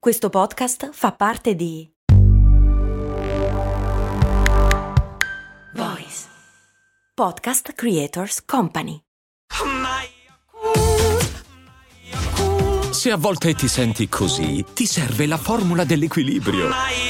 Questo podcast fa parte di Voice Podcast Creators Company. Se a volte ti senti così, ti serve la formula dell'equilibrio.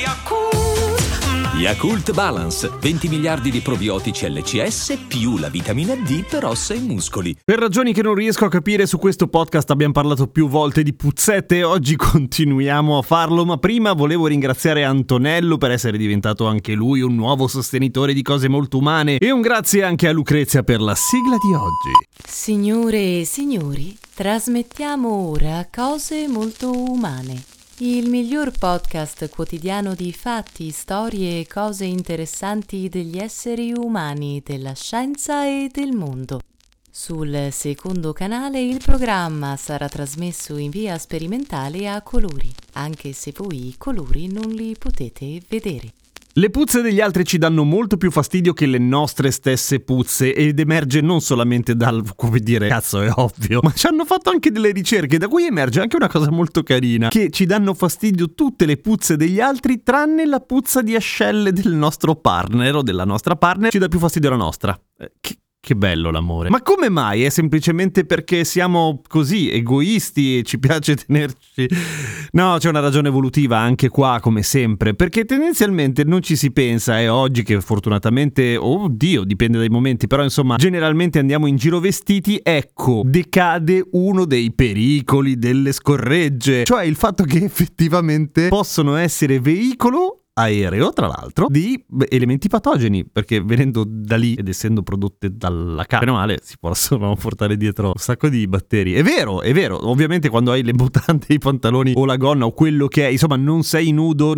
Yakult Balance, 20 miliardi di probiotici LCS più la vitamina D per ossa e muscoli. Per ragioni che non riesco a capire, su questo podcast abbiamo parlato più volte di puzzette e oggi continuiamo a farlo, ma prima volevo ringraziare Antonello per essere diventato anche lui un nuovo sostenitore di Cose Molto Umane e un grazie anche a Lucrezia per la sigla di oggi. Signore e signori, trasmettiamo ora Cose Molto Umane. Il miglior podcast quotidiano di fatti, storie e cose interessanti degli esseri umani, della scienza e del mondo. Sul secondo canale il programma sarà trasmesso in via sperimentale a colori, anche se voi i colori non li potete vedere. Le puzze degli altri ci danno molto più fastidio che le nostre stesse puzze ed emerge non solamente dal, come dire, cazzo è ovvio, ma ci hanno fatto anche delle ricerche da cui emerge anche una cosa molto carina, che ci danno fastidio tutte le puzze degli altri tranne la puzza di ascelle del nostro partner o della nostra partner, ci dà più fastidio la nostra. Che bello l'amore. Ma come mai? È semplicemente perché siamo così egoisti e ci piace tenerci... No, c'è una ragione evolutiva anche qua, come sempre, perché tendenzialmente non ci si pensa, e oggi che fortunatamente, oddio, dipende dai momenti, però insomma, generalmente andiamo in giro vestiti, ecco, decade uno dei pericoli delle scorregge, cioè il fatto che effettivamente possono essere veicolo aereo, tra l'altro, di elementi patogeni, perché venendo da lì ed essendo prodotte dalla carne male si possono portare dietro un sacco di batteri. È vero, ovviamente quando hai le mutande, i pantaloni o la gonna o quello che è, insomma non sei nudo,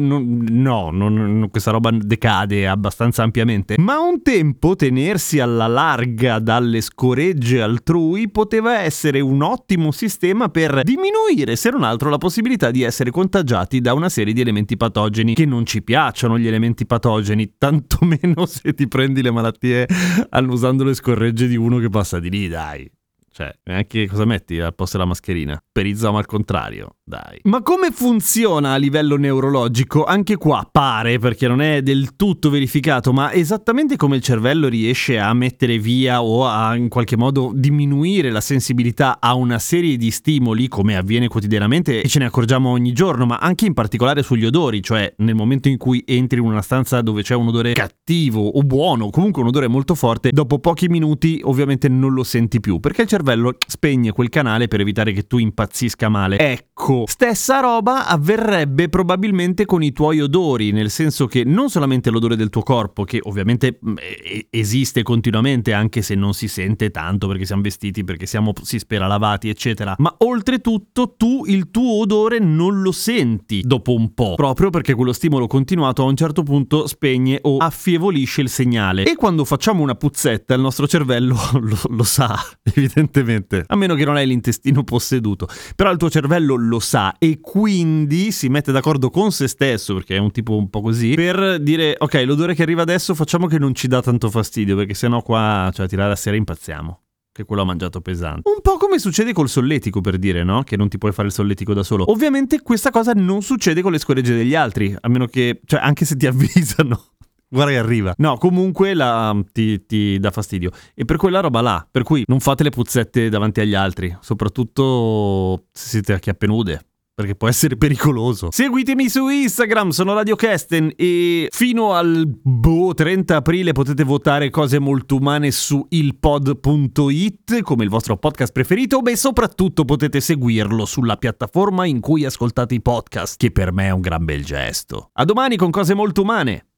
questa roba decade abbastanza ampiamente, ma un tempo tenersi alla larga dalle scoregge altrui poteva essere un ottimo sistema per diminuire, se non altro, la possibilità di essere contagiati da una serie di elementi patogeni che non ci piacciono gli elementi patogeni, tantomeno se ti prendi le malattie annusando le scorregge di uno che passa di lì, dai. Cioè, neanche cosa metti al posto della mascherina? Perizoma al contrario, dai. Ma come funziona a livello neurologico? Anche qua pare, perché non è del tutto verificato, ma esattamente come il cervello riesce a mettere via o a in qualche modo diminuire la sensibilità a una serie di stimoli, come avviene quotidianamente e ce ne accorgiamo ogni giorno, ma anche in particolare sugli odori, cioè nel momento in cui entri in una stanza dove c'è un odore cattivo o buono, comunque un odore molto forte, dopo pochi minuti ovviamente non lo senti più, perché il cervello spegne quel canale per evitare che tu impazzisca male. Ecco, stessa roba avverrebbe probabilmente con i tuoi odori, nel senso che non solamente l'odore del tuo corpo, che ovviamente esiste continuamente anche se non si sente tanto perché siamo vestiti, perché siamo, si spera, lavati eccetera, ma oltretutto tu il tuo odore non lo senti dopo un po', proprio perché quello stimolo continuato a un certo punto spegne o affievolisce il segnale, e quando facciamo una puzzetta il nostro cervello lo sa, evidentemente, a meno che non hai l'intestino posseduto, però il tuo cervello lo sa e quindi si mette d'accordo con se stesso, perché è un tipo un po' così, per dire ok, l'odore che arriva adesso facciamo che non ci dà tanto fastidio, perché sennò qua, cioè, a tirare la sera impazziamo, che quello ha mangiato pesante. Un po' come succede col solletico, per dire, no? Che non ti puoi fare il solletico da solo. Ovviamente questa cosa non succede con le scoregge degli altri, a meno che, cioè, anche se ti avvisano. Guarda che arriva. No, comunque ti dà fastidio. E per quella roba là, per cui non fate le puzzette davanti agli altri, soprattutto se siete a chiappe nude, perché può essere pericoloso. Seguitemi su Instagram, sono Radio Kesten, e fino al 30 aprile potete votare Cose Molto Umane su ilpod.it come il vostro podcast preferito, e soprattutto potete seguirlo sulla piattaforma in cui ascoltate i podcast, che per me è un gran bel gesto. A domani con Cose Molto Umane.